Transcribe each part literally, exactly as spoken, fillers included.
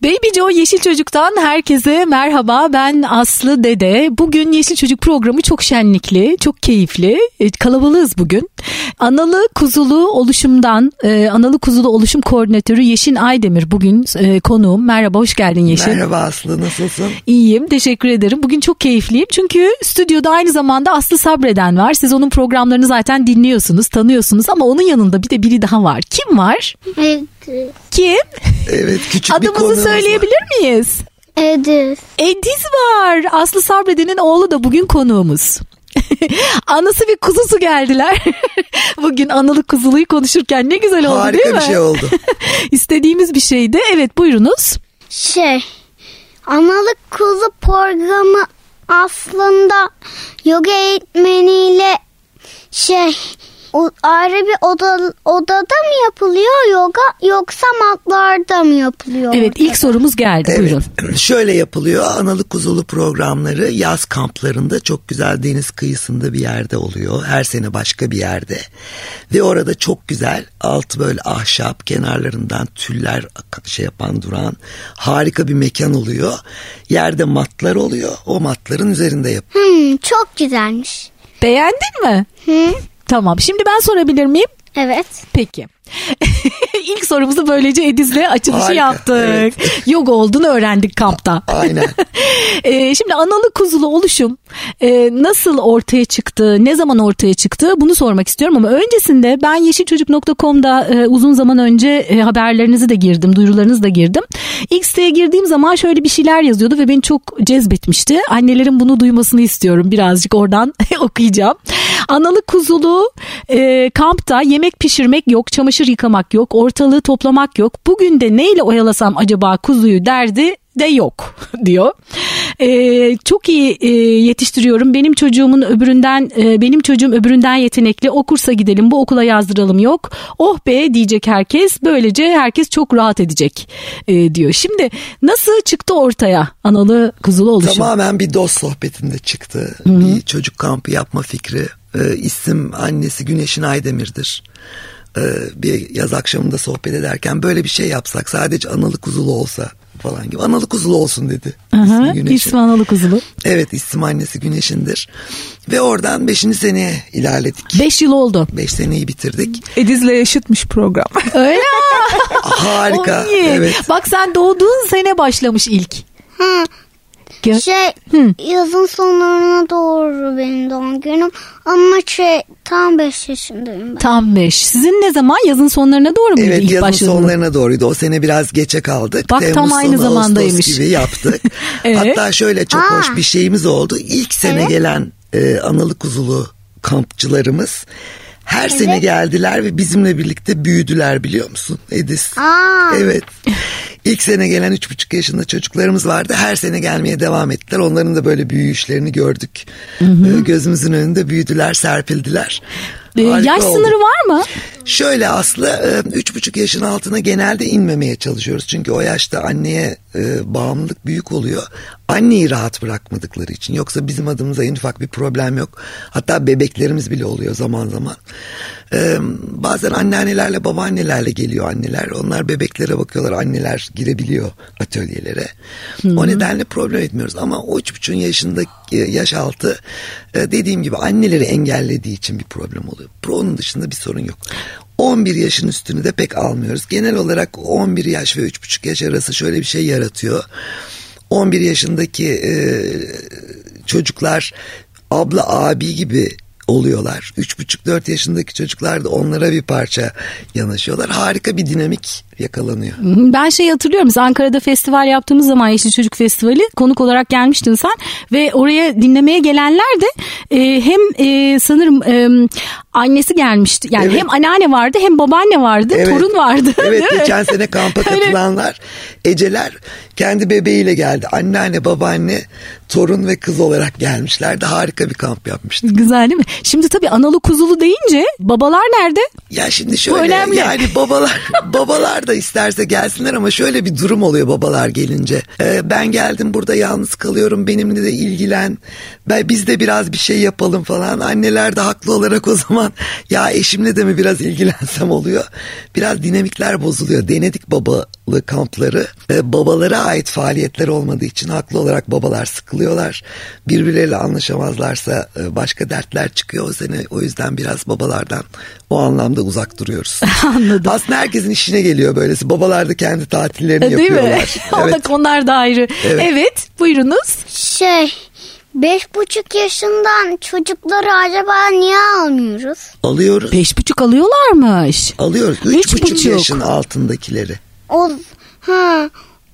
Baby Joe Yeşil Çocuk'tan herkese merhaba, ben Aslı Dede. Bugün Yeşil Çocuk programı çok şenlikli, çok keyifli, kalabalığız bugün. Analı Kuzulu Oluşum'dan, Analı Kuzulu Oluşum Koordinatörü Yeşin Aydemir bugün konuğum. Merhaba, hoş geldin Yeşin. Merhaba Aslı, nasılsın? İyiyim, teşekkür ederim. Bugün çok keyifliyim çünkü stüdyoda aynı zamanda Aslı Sabreden var. Siz onun programlarını zaten dinliyorsunuz, tanıyorsunuz ama onun yanında bir de biri daha var. Kim var? Evet. Kim? Evet, küçük Adımızı bir konuğumuz söyleyebilir var. miyiz? Ediz. Ediz var. Aslı Sabreden'in oğlu da bugün konuğumuz. Anası ve kuzusu geldiler. Bugün analı kuzuluyu konuşurken ne güzel oldu. Harika değil mi? bir şey oldu. İstediğimiz bir şeydi. Evet, buyurunuz. Şey, analı kuzu programı aslında yoga eğitmeniyle şey o, ayrı bir oda, odada mı yapılıyor yoga yoksa matlarda mı yapılıyor? Evet, ilk sorumuz geldi. Evet. Buyurun. Şöyle yapılıyor. Analı kuzulu programları yaz kamplarında çok güzel deniz kıyısında bir yerde oluyor. Her sene başka bir yerde. Ve orada çok güzel altı böyle ahşap, kenarlarından tüller şey yapan duran harika bir mekan oluyor. Yerde matlar oluyor. O matların üzerinde yapılıyor. Hmm, çok güzelmiş. Beğendin mi? Hı? Tamam. Şimdi ben sorabilir miyim? Evet. Peki. İlk sorumuzu böylece Ediz'le açılışı Harika, yaptık. evet. Yoga olduğunu öğrendik kampta. Aynen. ee, şimdi analı kuzulu oluşum e, nasıl ortaya çıktı, ne zaman ortaya çıktı bunu sormak istiyorum ama öncesinde ben yeşilçocuk nokta com'da e, uzun zaman önce e, haberlerinizi de girdim, duyurularınızı da girdim. İlk siteye girdiğim zaman şöyle bir şeyler yazıyordu ve beni çok cezbetmişti. Annelerin bunu duymasını istiyorum, birazcık oradan okuyacağım. Analı kuzulu e, kampta yemek pişirmek yok, çamaşır yıkamak yok, ortalığı toplamak yok. Bugün de neyle oyalasam acaba kuzuyu derdi de yok diyor. Ee, çok iyi e, yetiştiriyorum. Benim çocuğumun öbüründen, e, benim çocuğum öbüründen yetenekli. O kursa gidelim, bu okula yazdıralım yok. Oh be diyecek herkes. Böylece herkes çok rahat edecek e, diyor. Şimdi nasıl çıktı ortaya analı kuzulu oluşum? Tamamen bir dost sohbetinde çıktı. Hı-hı. Bir çocuk kampı yapma fikri. Ee, isim annesi Güneşin Aydemir'dir. Bir yaz akşamında sohbet ederken böyle bir şey yapsak, sadece analı kuzulu olsa falan gibi. Analı kuzulu olsun dedi. Aha, ismi analı kuzulu. Evet, isim annesi Güneş'indir. Ve oradan beşinci seneye ilerledik. Beş yıl oldu. Beş seneyi bitirdik. Ediz'le yaşıtmış program. Öyle Harika. Evet. Bak sen doğduğun sene başlamış ilk. Hı. Gö- Şey Hı. yazın sonlarına doğru benim doğum günüm ama şey tam beş yaşındayım ben. Tam beş. Sizin ne zaman? Yazın sonlarına doğru muydu evet, ilk yazın başladığınız? sonlarına doğruydu. O sene biraz geçe kaldık. Bak, Temmuz tam aynı sonu, zamandaymış. Ağustos gibi yaptık. Evet. Hatta şöyle çok Aa. hoş bir şeyimiz oldu. İlk sene Evet. gelen e, analı kuzulu kampçılarımız her Evet. sene geldiler ve bizimle birlikte büyüdüler, biliyor musun Ediz? Aa. Evet. İlk sene gelen üç buçuk yaşında çocuklarımız vardı. Her sene gelmeye devam ettiler. Onların da böyle büyüyüşlerini gördük. Hı hı. Gözümüzün önünde büyüdüler, serpildiler. Harika Yaş oldu. sınırı var mı? Şöyle Aslı, üç buçuk yaşın altına genelde inmemeye çalışıyoruz. Çünkü o yaşta anneye e, bağımlılık büyük oluyor. Anneyi rahat bırakmadıkları için. Yoksa bizim adımıza en ufak bir problem yok. Hatta bebeklerimiz bile oluyor zaman zaman. E, bazen anneannelerle babaannelerle geliyor anneler. Onlar bebeklere bakıyorlar. Anneler girebiliyor atölyelere. Hmm. O nedenle problem etmiyoruz. Ama o üç buçuk yaşındaki yaş altı e, dediğim gibi anneleri engellediği için bir problem oluyor. Onun dışında bir sorun yok. on bir yaşın üstünü de pek almıyoruz. Genel olarak on bir yaş ve üç buçuk yaş arası şöyle bir şey yaratıyor. on bir yaşındaki e, çocuklar abla abi gibi oluyorlar. üç buçuk dört yaşındaki çocuklar da onlara bir parça yanaşıyorlar. Harika bir dinamik yakalanıyor. Ben şey hatırlıyorum. Biz Ankara'da festival yaptığımız zaman, Yeşil Çocuk Festivali, konuk olarak gelmiştin sen ve oraya dinlemeye gelenler de e, hem e, sanırım e, annesi gelmişti. Yani evet. hem anneanne vardı, hem babaanne vardı, evet. torun vardı. Evet, geçen sene kampa katılanlar, Eceler kendi bebeğiyle geldi. Anneanne, babaanne, torun ve kız olarak gelmişlerdi. Harika bir kamp yapmıştık. Güzel değil mi? Şimdi tabii analı kuzulu deyince babalar nerede? Ya şimdi şöyle, yani babalar babalar da isterse gelsinler ama şöyle bir durum oluyor babalar gelince. Ee, ben geldim burada yalnız kalıyorum, benimle de ilgilen. Ben, biz de biraz bir şey yapalım falan. Anneler de haklı olarak o zaman ya eşimle de mi biraz ilgilensem oluyor. Biraz dinamikler bozuluyor. Denedik babalı kampları. Ee, babalara ait faaliyetler olmadığı için haklı olarak babalar sıkılıyorlar. Birbirleriyle anlaşamazlarsa başka dertler çıkıyor o sene. O yüzden biraz babalardan o anlamda uzak duruyoruz. Anladım. Aslında herkesin işine geliyor böylesi. Babalar da kendi tatillerini Değil yapıyorlar. Mi? Evet. Onlar da ayrı. Evet. evet buyurunuz. Şey beş buçuk yaşından çocukları acaba niye almıyoruz? Alıyoruz. Beş buçuk alıyorlarmış. Alıyoruz. Üç, üç buçuk, buçuk yaşın altındakileri. O ha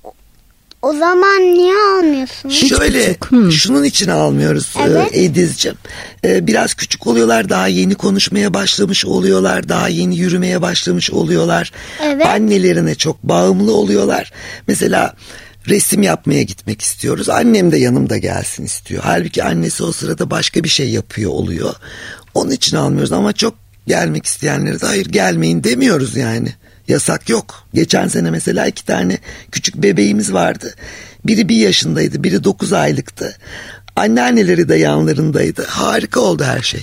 O zaman niye almıyorsun? Şöyle hmm. şunun için almıyoruz evet. Ediz'ciğim. Ee, biraz küçük oluyorlar, daha yeni konuşmaya başlamış oluyorlar, daha yeni yürümeye başlamış oluyorlar. Evet. Annelerine çok bağımlı oluyorlar. Mesela resim yapmaya gitmek istiyoruz. Annem de yanımda gelsin istiyor. Halbuki annesi o sırada başka bir şey yapıyor oluyor. Onun için almıyoruz ama çok gelmek isteyenlere de hayır gelmeyin demiyoruz yani. Yasak yok. Geçen sene mesela iki tane küçük bebeğimiz vardı. Biri bir yaşındaydı, biri dokuz aylıktı. Anneanneleri de yanlarındaydı. Harika oldu her şey.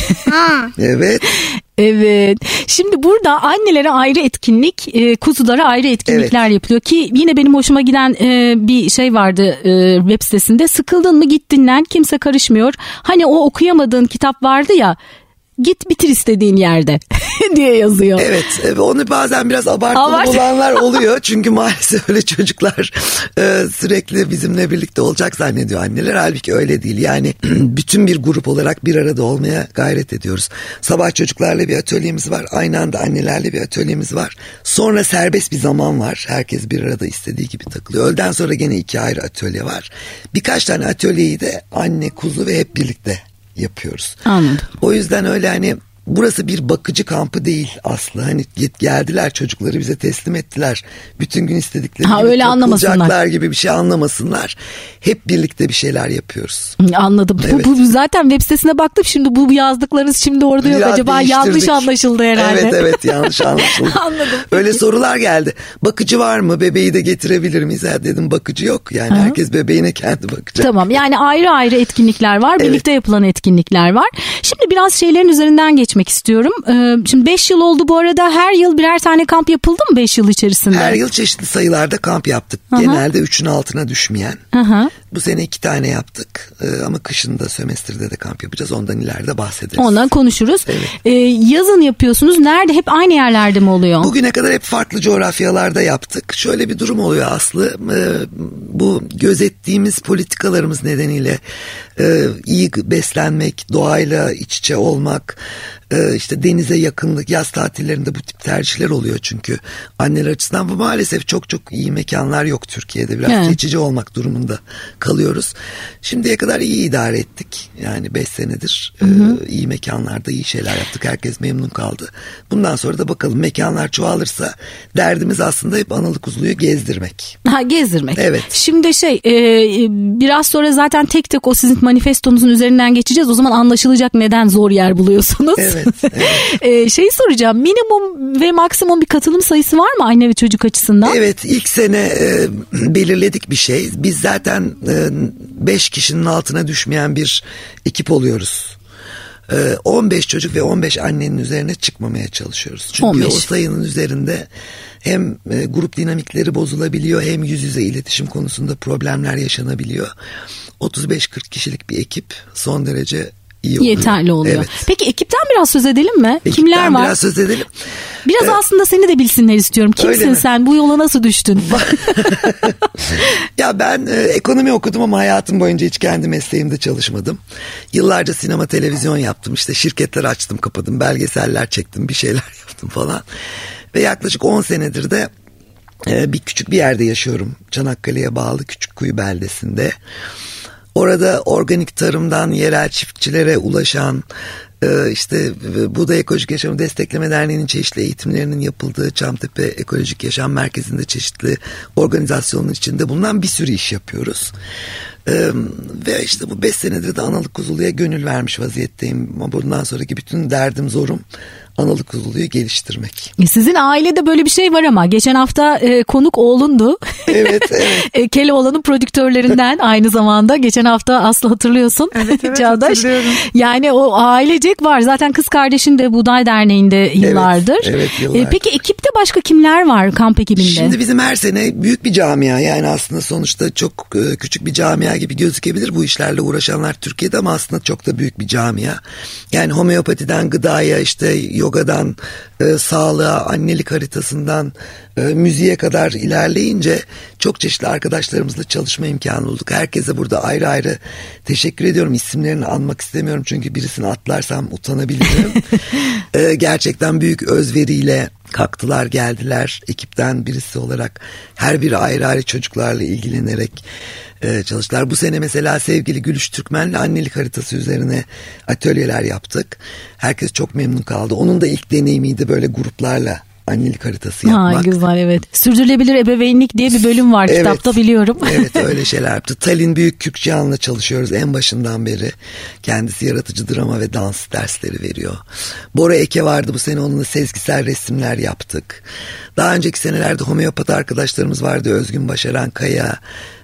Evet. Evet. Şimdi burada annelere ayrı etkinlik, e, kuzulara ayrı etkinlikler evet. yapılıyor ki yine benim hoşuma giden e, bir şey vardı e, web sitesinde. Sıkıldın mı git dinlen, kimse karışmıyor. Hani o okuyamadığın kitap vardı ya. Git bitir istediğin yerde diye yazıyor. Evet, evet onu bazen biraz abartılı Abart- olanlar oluyor. Çünkü maalesef öyle çocuklar e, sürekli bizimle birlikte olacak zannediyor anneler. Halbuki öyle değil. Yani bütün bir grup olarak bir arada olmaya gayret ediyoruz. Sabah çocuklarla bir atölyemiz var. Aynı anda annelerle bir atölyemiz var. Sonra serbest bir zaman var. Herkes bir arada istediği gibi takılıyor. Öğleden sonra gene iki ayrı atölye var. Birkaç tane atölyeyi de anne, kuzu ve hep birlikte yapıyoruz. Anladım. O yüzden öyle hani burası bir bakıcı kampı değil Aslı. Hani geldiler çocukları bize teslim ettiler. Bütün gün istedikleri ha, gibi öyle takılacaklar gibi bir şey anlamasınlar. Hep birlikte bir şeyler yapıyoruz. Anladım. Evet. Bu, bu zaten web sitesine baktım. Şimdi bu yazdıklarınız şimdi orada yok. Biraz acaba yanlış anlaşıldı herhalde. Evet evet yanlış anlaşıldı. Anladım. Öyle sorular geldi. Bakıcı var mı? Bebeği de getirebilir miyiz? Ha, dedim bakıcı yok. Yani ha. herkes bebeğine kendi bakacak. Tamam yani ayrı ayrı etkinlikler var. Evet. Birlikte yapılan etkinlikler var. Şimdi biraz şeylerin üzerinden geçmek istiyorum. Ee, şimdi beş yıl oldu bu arada. Her yıl birer tane kamp yapıldı mı beş yıl içerisinde? Her yıl çeşitli sayılarda kamp yaptık. Aha. Genelde üçün altına düşmeyen. Aha. Bu sene iki tane yaptık. Ee, ama kışın da sömestrde de kamp yapacağız. Ondan ileride bahsederiz. Ondan konuşuruz. Evet. Ee, yazın yapıyorsunuz. Nerede? Hep aynı yerlerde mi oluyor? Bugüne kadar hep farklı coğrafyalarda yaptık. Şöyle bir durum oluyor Aslı. Ee, bu gözettiğimiz politikalarımız nedeniyle e, iyi beslenmek, doğayla iç içe olmak, e, işte denize yakınlık, yaz tatillerinde bu tip tercihler oluyor çünkü anneler açısından. Bu maalesef çok çok iyi mekanlar yok Türkiye'de. Biraz evet. seçici olmak durumunda kalıyoruz. Şimdiye kadar iyi idare ettik. Yani beş senedir hı hı. E, iyi mekanlarda iyi şeyler yaptık. Herkes memnun kaldı. Bundan sonra da bakalım mekanlar çoğalırsa derdimiz aslında hep analı kuzuluyu gezdirmek. Ha gezdirmek. Evet. Şimdi şey e, biraz sonra zaten tek tek o sizin manifestonuzun üzerinden geçeceğiz. O zaman anlaşılacak neden zor yer buluyorsunuz. Evet. evet. e, şey soracağım. Minimum ve maksimum bir katılım sayısı var mı anne ve çocuk açısından? Evet. İlk sene e, belirledik bir şey. Biz zaten e, beş kişinin altına düşmeyen bir ekip oluyoruz. on beş çocuk ve on beş annenin üzerine çıkmamaya çalışıyoruz. Çünkü on beş. O sayının üzerinde hem grup dinamikleri bozulabiliyor hem yüz yüze iletişim konusunda problemler yaşanabiliyor. otuz beş kırk kişilik bir ekip son derece iyi oluyor. Yeterli oluyor. Evet. Peki ekipten biraz söz edelim mi? Ekipten Kimler var? biraz söz edelim. Biraz ee, aslında seni de bilsinler istiyorum. Kimsin sen? Bu yola nasıl düştün? Ya ben e, ekonomi okudum ama hayatım boyunca hiç kendi mesleğimde çalışmadım. Yıllarca sinema televizyon yaptım. İşte şirketler açtım kapadım. Belgeseller çektim. Bir şeyler yaptım falan. Ve yaklaşık on senedir de e, bir küçük bir yerde yaşıyorum. Çanakkale'ye bağlı Küçükkuyu beldesinde. Orada organik tarımdan yerel çiftçilere ulaşan işte Buğday Ekolojik Yaşamı Destekleme Derneği'nin çeşitli eğitimlerinin yapıldığı Çamtepe Ekolojik Yaşam Merkezi'nde çeşitli organizasyonun içinde bulunan bir sürü iş yapıyoruz. Ee, ve işte bu beş senedir de analı kuzuluya gönül vermiş vaziyetteyim. Ama bundan sonraki bütün derdim zorum analı kuzuluyu geliştirmek. Sizin ailede böyle bir şey var ama geçen hafta e, konuk oğlundu. Evet, evet. e, Keloğlan'ın prodüktörlerinden aynı zamanda geçen hafta Aslı hatırlıyorsun. Evet, evet Çağdaş. hatırlıyorum. Yani o ailecek var. Zaten kız kardeşin de Buğday Derneği'nde yıllardır. Evet, evet yıllardır. E, peki ekipte başka kimler var kamp ekibinde? Şimdi bizim her sene büyük bir camia, yani aslında sonuçta çok e, küçük bir camia gibi gözükebilir bu işlerle uğraşanlar Türkiye'de ama aslında çok da büyük bir camia. Yani homeopatiden gıdaya, işte yogadan e, sağlığa, annelik haritasından e, müziğe kadar ilerleyince çok çeşitli arkadaşlarımızla çalışma imkanı bulduk. Herkese burada ayrı ayrı teşekkür ediyorum. İsimlerini anmak istemiyorum çünkü birisini atlarsam utanabilirim. e, gerçekten büyük özveriyle kalktılar, geldiler ekipten birisi olarak. Her biri ayrı ayrı çocuklarla ilgilenerek e, çalıştılar. Bu sene mesela sevgili Gülüş Türkmen'le annelik haritası üzerine atölyeler yaptık. Herkes çok memnun kaldı. Onun da ilk deneyimiydi böyle gruplarla annelik haritası yapmak. Ha, güzel, evet. Sürdürülebilir ebeveynlik diye bir bölüm var evet, kitapta, biliyorum. Evet, öyle şeyler yaptı. Talin Büyük Kürkçıhan'la çalışıyoruz en başından beri. Kendisi yaratıcı drama ve dans dersleri veriyor. Bora Eke vardı bu sene, onunla sezgisel resimler yaptık. Daha önceki senelerde homeopat arkadaşlarımız vardı. Özgün Başaran Kaya,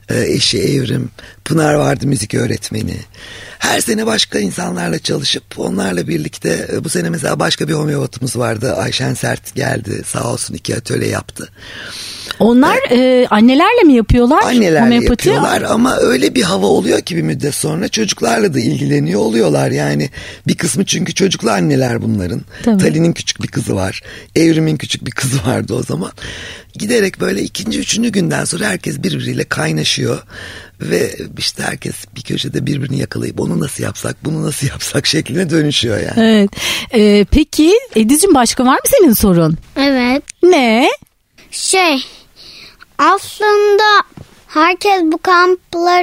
eşi Evrim, Pınar vardı müzik öğretmeni. Her sene başka insanlarla çalışıp onlarla birlikte, bu sene mesela başka bir homeopatımız vardı. Ayşen Sert geldi, sağ olsun, iki atölye yaptı. Onlar e, annelerle mi yapıyorlar? Annelerle homeopati? yapıyorlar ama öyle bir hava oluyor ki bir müddet sonra çocuklarla da ilgileniyor oluyorlar. Yani bir kısmı çünkü çocuklu anneler bunların. Tabii. Talin'in küçük bir kızı var. Evrim'in küçük bir kızı vardı o zaman. Giderek böyle ikinci, üçüncü günden sonra herkes birbiriyle kaynaşıyor. Ve işte herkes bir köşede birbirini yakalayıp onu nasıl yapsak, bunu nasıl yapsak şekline dönüşüyor yani. Evet. E, peki Ediz'cim, başka var mı senin sorun? Evet. Ne? Şey, aslında herkes bu kamplara,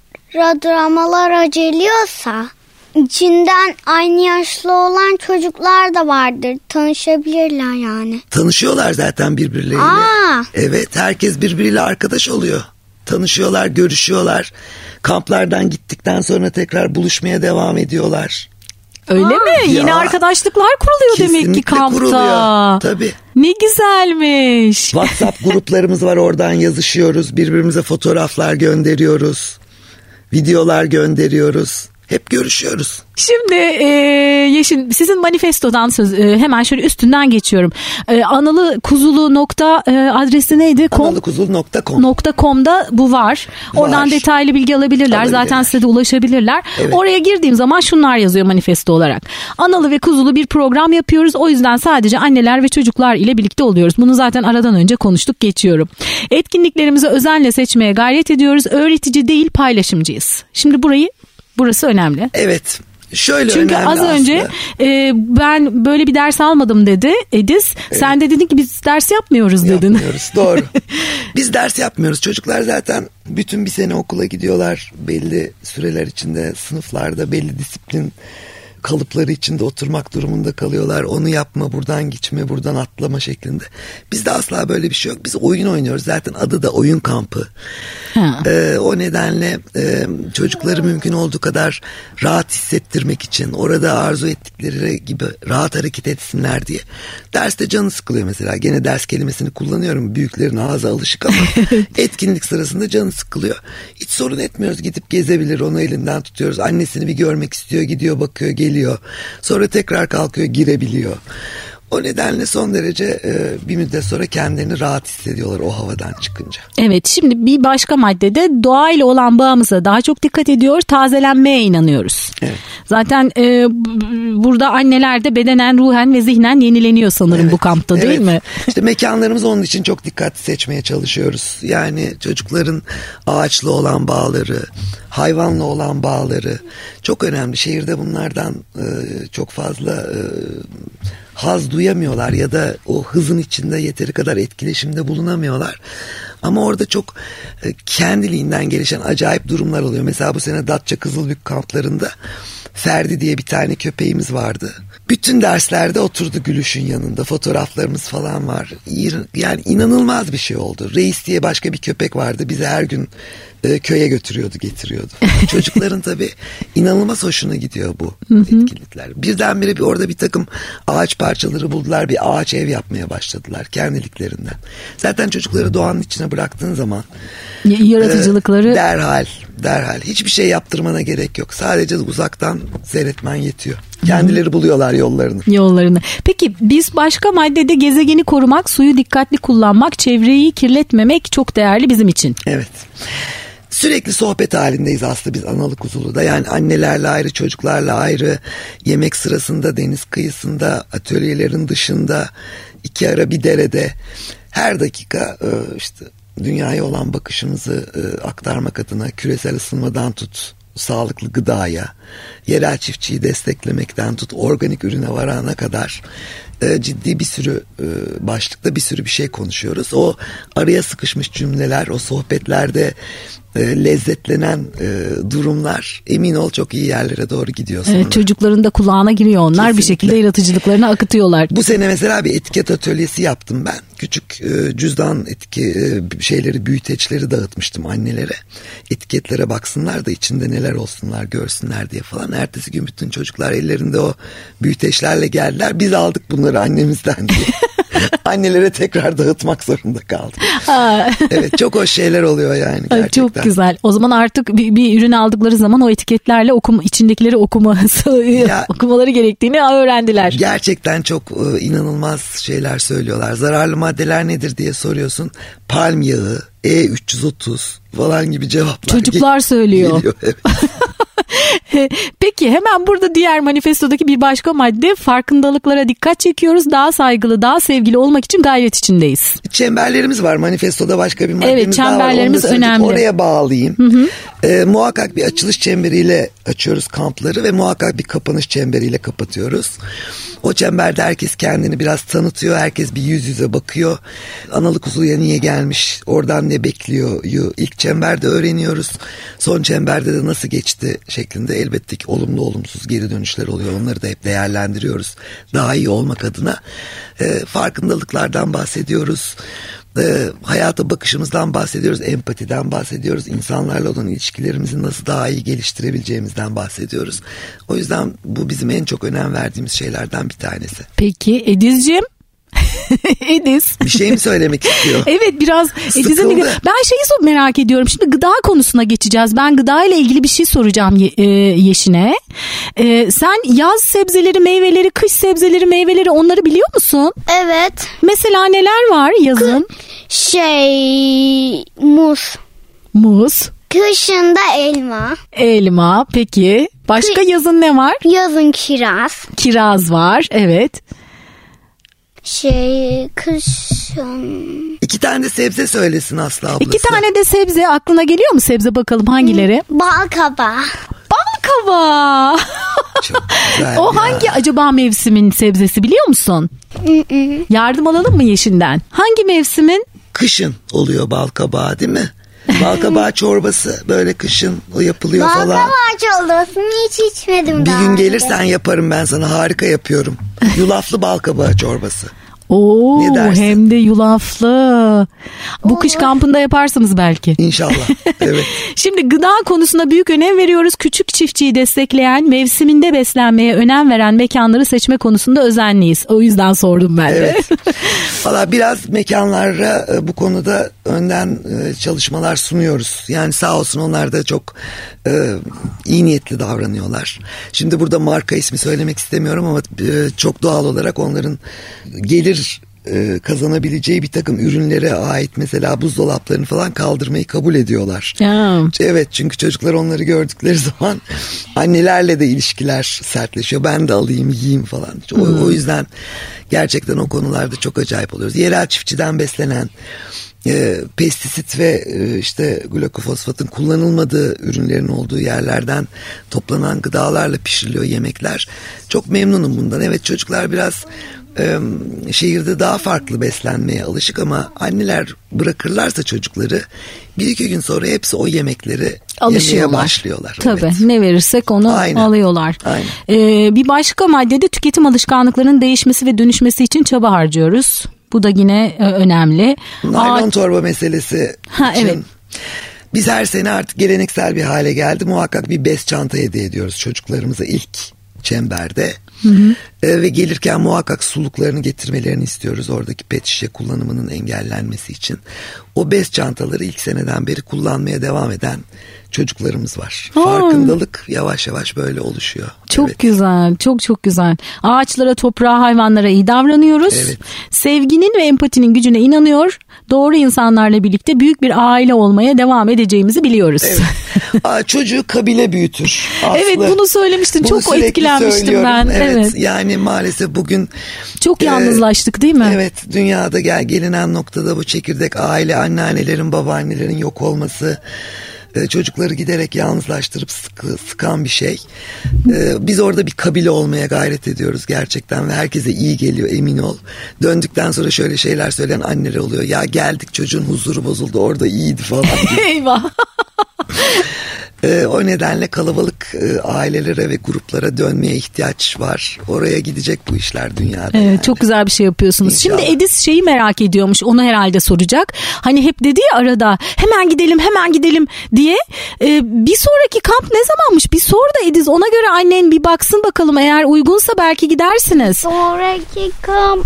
dramalara geliyorsa içinden aynı yaşlı olan çocuklar da vardır. Tanışabilirler yani. Tanışıyorlar zaten birbirleriyle. Aa. Evet, herkes birbiriyle arkadaş oluyor. Tanışıyorlar, görüşüyorlar. Kamplardan gittikten sonra tekrar buluşmaya devam ediyorlar. Öyle Aa. mi? Yeni Ya, arkadaşlıklar kuruluyor demek ki kesinlikle kampta. kuruluyor. Tabii. Ne güzelmiş. WhatsApp gruplarımız var, oradan yazışıyoruz. Birbirimize fotoğraflar gönderiyoruz. Videolar gönderiyoruz. Hep görüşüyoruz. Şimdi e, Yeşim, sizin manifestodan söz, e, hemen şöyle üstünden geçiyorum. E, analı kuzulu nokta e, adresi neydi? analı kuzulu nokta com Nokta com'da bu var. Oradan Var. detaylı bilgi alabilirler. Alabilirler. Zaten size de ulaşabilirler. Evet. Oraya girdiğim zaman şunlar yazıyor manifesto olarak. Analı ve kuzulu bir program yapıyoruz. O yüzden sadece anneler ve çocuklar ile birlikte oluyoruz. Bunu zaten aradan önce konuştuk, geçiyorum. Etkinliklerimizi özenle seçmeye gayret ediyoruz. Öğretici değil, paylaşımcıyız. Şimdi burayı Burası önemli. Evet. Şöyle Çünkü önemli az aslında. önce e, ben böyle bir ders almadım dedi Ediz. Evet. Sen de dedin ki biz ders yapmıyoruz dedin. Yapmıyoruz, doğru. Biz ders yapmıyoruz. Çocuklar zaten bütün bir sene okula gidiyorlar. Belli süreler içinde sınıflarda belli disiplin kalıpları içinde oturmak durumunda kalıyorlar. Onu yapma, buradan geçme, buradan atlama şeklinde. Bizde asla böyle bir şey yok. Biz oyun oynuyoruz. Zaten adı da oyun kampı. Ee, o nedenle e, çocukları mümkün olduğu kadar rahat hissettirmek için, orada arzu ettikleri gibi rahat hareket etsinler diye. Derste canı sıkılıyor mesela. Gene ders kelimesini kullanıyorum. Büyüklerin ağzı alışık ama etkinlik sırasında canı sıkılıyor. Hiç sorun etmiyoruz. Gidip gezebilir. Onu elinden tutuyoruz. Annesini bir görmek istiyor. Gidiyor, bakıyor, geliyor. Sonra tekrar kalkıyor, girebiliyor. O nedenle son derece e, bir müddet sonra kendilerini rahat hissediyorlar o havadan çıkınca. Evet, şimdi bir başka maddede doğayla olan bağımıza daha çok dikkat ediyor, tazelenmeye inanıyoruz. Evet. Zaten e, burada anneler de bedenen, ruhen ve zihnen yenileniyor sanırım evet, bu kampta değil evet. mi? İşte mekanlarımızı onun için çok dikkatli seçmeye çalışıyoruz. Yani çocukların ağaçla olan bağları, hayvanla olan bağları çok önemli. Şehirde bunlardan e, çok fazla e, haz duyamıyorlar ya da o hızın içinde yeteri kadar etkileşimde bulunamıyorlar. Ama orada çok e, kendiliğinden gelişen acayip durumlar oluyor. Mesela bu sene Datça Kızılbük kamplarında Ferdi diye bir tane köpeğimiz vardı. Bütün derslerde oturdu Gülüş'ün yanında. Fotoğraflarımız falan var. Yani inanılmaz bir şey oldu. Reis diye başka bir köpek vardı. Bizi her gün e, köye götürüyordu, getiriyordu. Çocukların tabii inanılmaz hoşuna gidiyor bu etkinlikler. Birdenbire bir orada bir takım ağaç parçaları buldular. Bir ağaç ev yapmaya başladılar kendiliklerinden. Zaten çocukları doğanın içine bıraktığın zaman yaratıcılıkları e, derhal derhal hiçbir şey yaptırmana gerek yok. Sadece uzaktan seyretmen yetiyor. Kendileri buluyorlar yollarını. Yollarını. Peki biz başka maddede gezegeni korumak, suyu dikkatli kullanmak, çevreyi kirletmemek çok değerli bizim için. Evet. Sürekli sohbet halindeyiz aslında biz analı kuzuluda. Yani annelerle ayrı, çocuklarla ayrı, yemek sırasında, deniz kıyısında, atölyelerin dışında, iki ara bir derede. Her dakika işte dünyaya olan bakışımızı aktarmak adına küresel ısınmadan tut, sağlıklı gıdaya, yerel çiftçiyi desteklemekten tut, organik ürüne varana kadar e, ciddi bir sürü e, başlıkta bir sürü bir şey konuşuyoruz. O araya sıkışmış cümleler, o sohbetlerde e, lezzetlenen e, durumlar emin ol çok iyi yerlere doğru gidiyor sonra. Evet, çocukların da kulağına giriyor onlar. Kesinlikle. Bir şekilde yaratıcılıklarını akıtıyorlar. Bu sene mesela bir etiket atölyesi yaptım ben. Küçük e, cüzdan etiki e, şeyleri, büyüteçleri dağıtmıştım annelere. Etiketlere baksınlar da içinde neler olsunlar görsünler diye falan. Ertesi gün bütün çocuklar ellerinde o büyüteçlerle geldiler. Biz aldık bunları annemizden diye. Annelere tekrar dağıtmak zorunda kaldık. Evet, çok hoş şeyler oluyor yani gerçekten. Çok güzel. O zaman artık bir, bir ürün aldıkları zaman o etiketlerle okuma, içindekileri okuması, ya, okumaları gerektiğini öğrendiler. Gerçekten çok e, inanılmaz şeyler söylüyorlar. Zararlı maddeler nedir diye soruyorsun. Palm yağı, E üç yüz otuz falan gibi cevaplar. Çocuklar gel- söylüyor. Geliyor, evet. Peki hemen burada diğer manifestodaki bir başka madde, farkındalıklara dikkat çekiyoruz. Daha saygılı, daha sevgili olmak için gayret içindeyiz. Çemberlerimiz var. Manifestoda başka bir maddemiz evet, çemberlerimiz daha var. önemli. Oraya bağlayayım. Hı hı. Ee, muhakkak bir açılış çemberiyle açıyoruz kampları ve muhakkak bir kapanış çemberiyle kapatıyoruz. O çemberde herkes kendini biraz tanıtıyor. Herkes bir yüz yüze bakıyor. Analı kuzuya niye gelmiş? Oradan ne bekliyor? İlk çemberde öğreniyoruz. Son çemberde de nasıl geçti şeklinde elbette ki olumlu olumsuz geri dönüşler oluyor. Onları da hep değerlendiriyoruz. Daha iyi olmak adına e, farkındalıklardan bahsediyoruz. E, hayata bakışımızdan bahsediyoruz. Empatiden bahsediyoruz. İnsanlarla olan ilişkilerimizi nasıl daha iyi geliştirebileceğimizden bahsediyoruz. O yüzden bu bizim en çok önem verdiğimiz şeylerden bir tanesi. Peki Edizciğim? Ediz. Bir şey mi söylemek istiyor? Evet, biraz Ediz'in bir... Ben şeyi merak ediyorum. Şimdi gıda konusuna geçeceğiz. Ben gıda ile ilgili bir şey soracağım e, Yeşin'e. E, sen yaz sebzeleri, meyveleri, kış sebzeleri, meyveleri onları biliyor musun? Evet. Mesela neler var yazın? Şey, muz. Muz. Kışında elma. Elma. Peki. Başka Kı- yazın ne var? Yazın kiraz. Kiraz var. Evet. Şey, kışın... İki tane de sebze söylesin Aslı ablası. İki tane de sebze aklına geliyor mu sebze, bakalım hangileri? Balkabağı. Balkabağı. Çok güzel. O ya. hangi acaba mevsimin sebzesi biliyor musun? Yardım alalım mı Yeşin'den? Hangi mevsimin? Kışın oluyor balkabağı değil mi? Balkabağı çorbası böyle kışın o yapılıyor Balkabağı falan. Balkabağı çorbasını hiç içmedim Bir daha. gün gelirsen yaparım ben sana, harika yapıyorum. Yulaflı balkabağı çorbası. Oo, hem de yulaflı. Bu Oo. Kış kampında yaparsınız belki. İnşallah. Evet. Şimdi gıda konusuna büyük önem veriyoruz. Küçük çiftçiyi destekleyen, mevsiminde beslenmeye önem veren mekanları seçme konusunda özenliyiz. O yüzden sordum ben de. Evet. Valla biraz mekanlara bu konuda önden çalışmalar sunuyoruz. Yani sağ olsun onlar da çok e, iyi niyetli davranıyorlar. Şimdi burada marka ismi söylemek istemiyorum ama e, çok doğal olarak onların gelir kazanabileceği bir takım ürünlere ait mesela buzdolaplarını falan kaldırmayı kabul ediyorlar. Ya. Evet, çünkü çocuklar onları gördükleri zaman annelerle de ilişkiler sertleşiyor. Ben de alayım yiyeyim falan. O, hmm. o yüzden gerçekten o konularda çok acayip oluyoruz. Yerel çiftçiden beslenen, E, pestisit ve e, işte glukofosfatın kullanılmadığı ürünlerin olduğu yerlerden toplanan gıdalarla pişiriliyor yemekler. Çok memnunum bundan. Evet, çocuklar biraz e, şehirde daha farklı beslenmeye alışık ama anneler bırakırlarsa çocukları bir iki gün sonra hepsi o yemekleri yemeye başlıyorlar. Tabii evet. Ne verirsek onu Aynen. alıyorlar. Aynen. Ee, bir başka maddede tüketim alışkanlıklarının değişmesi ve dönüşmesi için çaba harcıyoruz. Bu da yine e, önemli. Naylon Aa, torba meselesi ha, için evet. biz her sene artık geleneksel bir hale geldi. Muhakkak bir bez çanta hediye ediyoruz çocuklarımıza ilk çemberde. Hı hı. E, ve gelirken muhakkak suluklarını getirmelerini istiyoruz. Oradaki pet şişe kullanımının engellenmesi için. O bez çantaları ilk seneden beri kullanmaya devam eden çocuklarımız var. Aa. Farkındalık yavaş yavaş böyle oluşuyor. Çok evet. güzel, çok çok güzel. Ağaçlara, toprağa, hayvanlara iyi davranıyoruz. Evet. Sevginin ve empatinin gücüne inanıyor. Doğru insanlarla birlikte büyük bir aile olmaya devam edeceğimizi biliyoruz. Evet. Aa, çocuğu kabile büyütür. Aslı. Evet, bunu söylemiştin. Bunu çok etkilenmiştim söylüyorum. ben. Evet, evet. Yani maalesef bugün çok yalnızlaştık değil mi? Evet, dünyada gel gelinen noktada bu çekirdek aile, anneannelerin, babaannelerin yok olması, çocukları giderek yalnızlaştırıp sıkı, sıkan bir şey. Ee, biz orada bir kabile olmaya gayret ediyoruz gerçekten ve herkese iyi geliyor, emin ol. Döndükten sonra şöyle şeyler söyleyen anneler oluyor. Ya geldik, çocuğun huzuru bozuldu, orada iyiydi falan. Eyvah. Ee, o nedenle kalabalık e, ailelere ve gruplara dönmeye ihtiyaç var. Oraya gidecek bu işler dünyada. Evet, yani. Çok güzel bir şey yapıyorsunuz. İnşallah. Şimdi Edis şeyi merak ediyormuş. Onu herhalde soracak. Hani hep dedi ya arada hemen gidelim hemen gidelim diye. Ee, bir sonraki kamp ne zamanmış? Bir sor da Edis, ona göre annen bir baksın bakalım. Eğer uygunsa belki gidersiniz. Sonraki kamp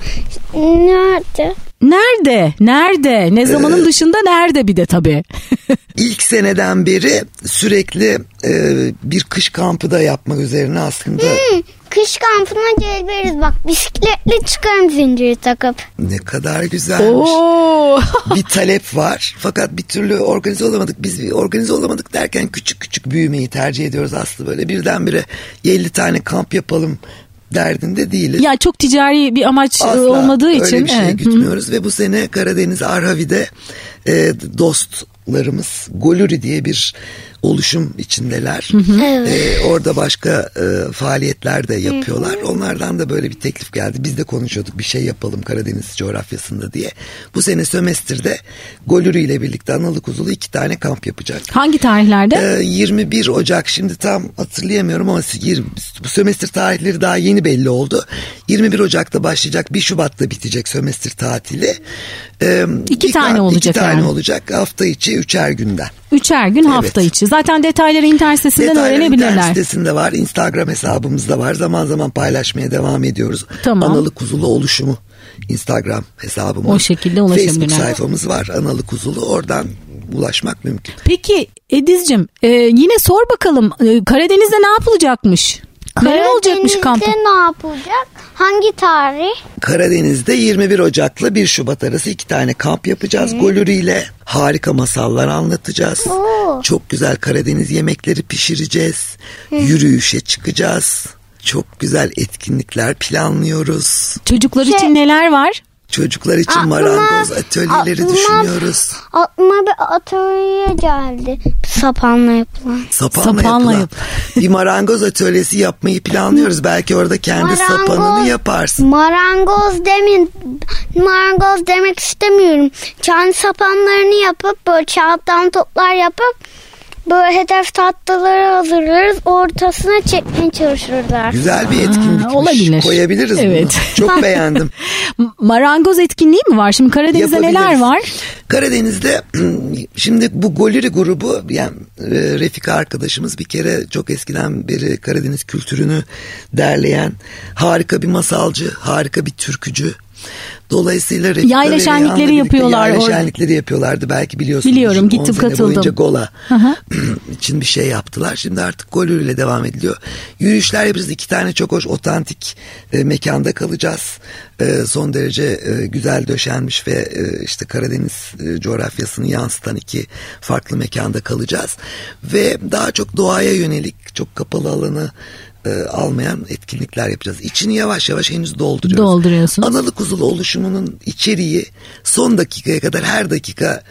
nerede? Nerede? Nerede? Ne zamanın ee, dışında nerede bir de tabii. İlk seneden beri sürekli e, bir kış kampı da yapmak üzerine aslında. Hmm, kış kampına geliriz bak, bisikletle çıkarım zinciri takıp. Ne kadar güzelmiş. Oo. Bir talep var fakat bir türlü organize olamadık. Biz organize olamadık derken küçük küçük büyümeyi tercih ediyoruz aslında, böyle birdenbire elli tane kamp yapalım derdinde değiliz. Ya çok ticari bir amaç asla olmadığı için. öyle bir şey evet. gütmüyoruz. Ve bu sene Karadeniz Arhavi'de e, dostlarımız Goluri diye bir oluşum içindeler. Hı hı. Evet. Ee, orada başka e, faaliyetler de yapıyorlar. Hı hı. Onlardan da böyle bir teklif geldi. Biz de konuşuyorduk, bir şey yapalım Karadeniz coğrafyasında diye. Bu sene sömestrde Goluri ile birlikte analı kuzulu iki tane kamp yapacak. Hangi tarihlerde? Ee, yirmi bir Ocak, şimdi tam hatırlayamıyorum ama bu sömestr tarihleri daha yeni belli oldu. yirmi bir Ocak'ta başlayacak, bir Şubat'ta bitecek sömestr tatili. Ee, iki tane kamp, olacak iki tane yani. olacak hafta içi üçer günden. Üçer gün, evet. Hafta içi. Zaten detayları internet sitesinden detayları öğrenebilirler. İnternet sitesinde var, Instagram hesabımızda var. Zaman zaman paylaşmaya devam ediyoruz. Tamam. Analı Kuzulu oluşumu Instagram hesabımız. O şekilde ulaşabilirler. Facebook sayfamız var, Analı Kuzulu. Oradan ulaşmak mümkün. Peki Ediz'cim, e, yine sor bakalım, e, Karadeniz'de ne yapılacakmış? Neler olacakmış kampta? Karadeniz'de ne yapılacak? Hangi tarih? Karadeniz'de yirmi bir Ocak'la bir Şubat arası iki tane kamp yapacağız. Hmm. Goluri ile harika masallar anlatacağız. Oo. Çok güzel Karadeniz yemekleri pişireceğiz. Hmm. Yürüyüşe çıkacağız. Çok güzel etkinlikler planlıyoruz. Çocuklar şey... için neler var? Çocuklar için aklıma, marangoz atölyeleri aklıma, düşünüyoruz. Aklıma bir atölye geldi. Sapanla yapılan. Sapanla, Sapanla yapılan. Yap. Bir marangoz atölyesi yapmayı planlıyoruz. Belki orada kendi marangoz, sapanını yaparsın. Marangoz demin, marangoz demek istemiyorum. Kendi sapanlarını yapıp böyle kağıttan toplar yapıp böyle hedef tatlıları hazırlarız, ortasına çekmeye çalışırlar. Güzel bir etkinlikmiş. Olabilir. Koyabiliriz evet. bunu. Çok beğendim. Marangoz etkinliği mi var? Şimdi Karadeniz'de neler var? Karadeniz'de şimdi bu Goluri grubu, yani Refika arkadaşımız bir kere çok eskiden beri Karadeniz kültürünü derleyen harika bir masalcı, harika bir türkücü. Dolayısıyla Refika yayla şenlikleri yapıyorlar. Yayla şenlikleri yapıyorlardı, belki biliyorsunuz. Biliyorum, gittim katıldım. Boyunca Gola için bir şey yaptılar. Şimdi artık Goluri ile devam ediliyor. Yürüyüşler yapacağız. İki tane çok hoş otantik e, mekanda kalacağız. E, son derece e, güzel döşenmiş ve e, işte Karadeniz e, coğrafyasını yansıtan iki farklı mekanda kalacağız. Ve daha çok doğaya yönelik, çok kapalı alanı almayan etkinlikler yapacağız. İçini yavaş yavaş henüz dolduruyoruz. Dolduruyorsunuz. Analı kuzulu oluşumunun içeriği son dakikaya kadar her dakika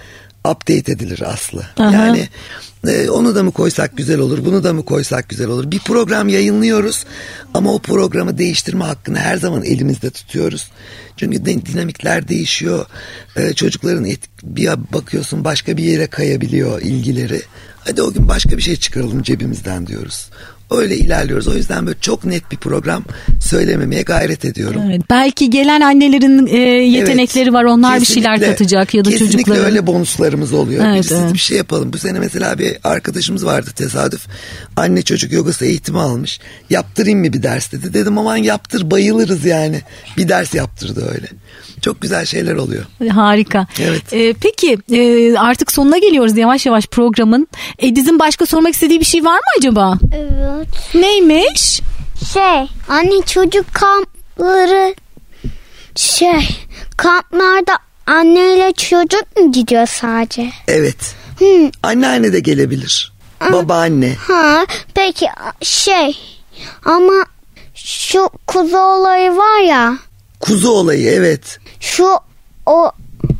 update edilir Aslı. Aha. Yani e, onu da mı koysak güzel olur, bunu da mı koysak güzel olur. Bir program yayınlıyoruz ama o programı değiştirme hakkını her zaman elimizde tutuyoruz. Çünkü dinamikler değişiyor. Ee, çocukların et, bir bakıyorsun başka bir yere kayabiliyor ilgileri. Hadi o gün başka bir şey çıkaralım cebimizden diyoruz. Öyle ilerliyoruz. O yüzden böyle çok net bir program söylememeye gayret ediyorum. Evet, belki gelen annelerin e, yetenekleri evet, var. Onlar bir şeyler katacak ya da kesinlikle çocukların. Kesinlikle öyle bonuslarımız oluyor. Evet, Biz evet. bir şey yapalım. Bu sene mesela bir arkadaşımız vardı tesadüf. Anne çocuk yogası eğitimi almış. Yaptırayım mı bir ders dedi. Dedim aman yaptır, bayılırız yani. Bir ders yaptırdı öyle. Çok güzel şeyler oluyor. Harika. Evet. Ee, peki e, artık sonuna geliyoruz yavaş yavaş programın. Ediz'in başka sormak istediği bir şey var mı acaba? Evet. Neymiş? Şey, anne çocuk kampları şey, kamplarda anneyle çocuk mu gidiyor sadece? Evet. Hmm. Anneanne de gelebilir. Ha. Babaanne. Ha, peki şey ama şu kuzu olayı var ya. Kuzu olayı evet. Şu o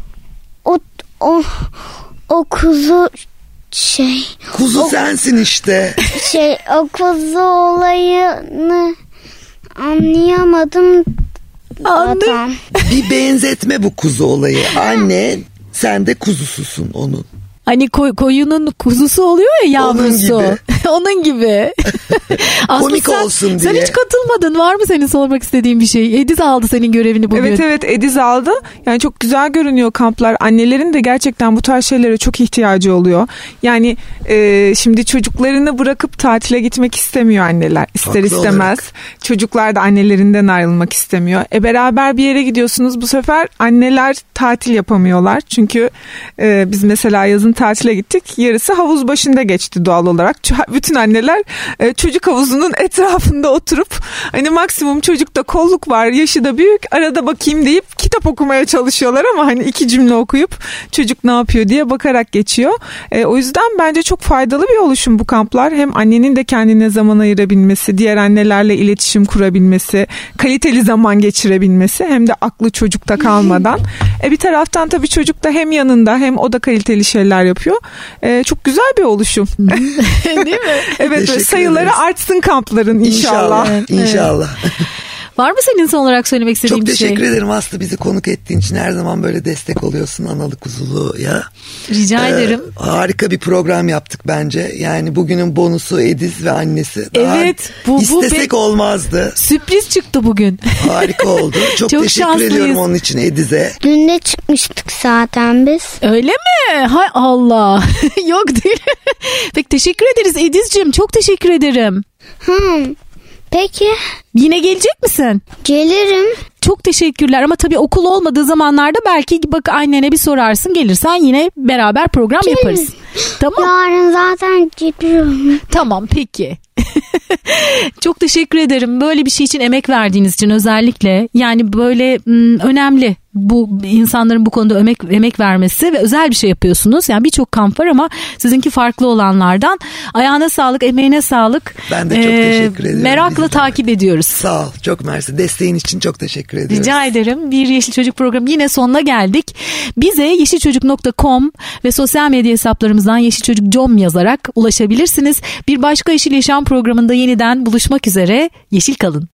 o o o kuzu şey. Kuzu o, sensin işte. Şey o kuzu olayını anlayamadım. Anladım. Bir benzetme bu kuzu olayı. Anne sen de kuzususun onun. Hani koy, koyunun kuzusu oluyor ya yavrusu. Onun gibi. Onun gibi. Komik sen, olsun diye. Sen hiç katılmadın. Var mı senin sormak istediğin bir şey? Ediz aldı senin görevini bugün. Evet evet Ediz aldı. Yani çok güzel görünüyor kamplar. Annelerin de gerçekten bu tarz şeylere çok ihtiyacı oluyor. Yani e, şimdi çocuklarını bırakıp tatile gitmek istemiyor anneler. İster Haklı istemez. olarak. Çocuklar da annelerinden ayrılmak istemiyor. E beraber bir yere gidiyorsunuz. Bu sefer anneler tatil yapamıyorlar. Çünkü e, biz mesela yazın tatile gittik. Yarısı havuz başında geçti doğal olarak. Bütün anneler e, çocuk havuzunun etrafında oturup hani maksimum çocukta kolluk var, yaşı da büyük, arada bakayım deyip kitap okumaya çalışıyorlar ama hani iki cümle okuyup çocuk ne yapıyor diye bakarak geçiyor. E, o yüzden bence çok faydalı bir oluşum bu kamplar. Hem annenin de kendine zaman ayırabilmesi, diğer annelerle iletişim kurabilmesi, kaliteli zaman geçirebilmesi, hem de aklı çocukta kalmadan. E, bir taraftan tabii çocuk da hem yanında hem o da kaliteli şeyler yapıyor. E, çok güzel bir oluşum. Değil mi? Evet, sayıları ederiz. Artsın kampların inşallah. İnşallah. İnşallah. Var mı senin son olarak söylemek istediğin bir şey? Çok teşekkür şey? ederim Aslı, bizi konuk ettiğin için. Her zaman böyle destek oluyorsun analı kuzulu ya. Rica ee, ederim. Harika bir program yaptık bence. Yani bugünün bonusu Ediz ve annesi. Daha evet. Bu, istesek bu olmazdı. Sürpriz çıktı bugün. Harika oldu. Çok, Çok teşekkür şanslıyız. ediyorum onun için Ediz'e. Dün de çıkmıştık zaten biz. Öyle mi? Hay Allah. Yok değil. Peki teşekkür ederiz Ediz'cim. Çok teşekkür ederim. Hmm. Peki. Yine gelecek misin? Gelirim. Çok teşekkürler ama tabii okul olmadığı zamanlarda belki bak annene bir sorarsın, gelirsen yine beraber program Gelin. yaparız. Tamam. Yarın zaten gidiyorum. Tamam peki. Çok teşekkür ederim böyle bir şey için emek verdiğiniz için özellikle. Yani böyle m, önemli bu insanların bu konuda emek, emek vermesi ve özel bir şey yapıyorsunuz. Yani birçok kamp var ama sizinki farklı olanlardan. Ayağına sağlık, emeğine sağlık. Ben de çok ee, teşekkür ederim. Merakla Bizim takip ediyoruz. Sağ ol, çok mersi. Desteğin için çok teşekkür ediyoruz. Rica ederim. Bir Yeşil Çocuk programı yine sonuna geldik. Bize yeşil çocuk nokta com ve sosyal medya hesaplarımızdan Yeşil Çocuk nokta com yazarak ulaşabilirsiniz. Bir başka Yeşil Yaşam programında yeniden buluşmak üzere. Yeşil kalın.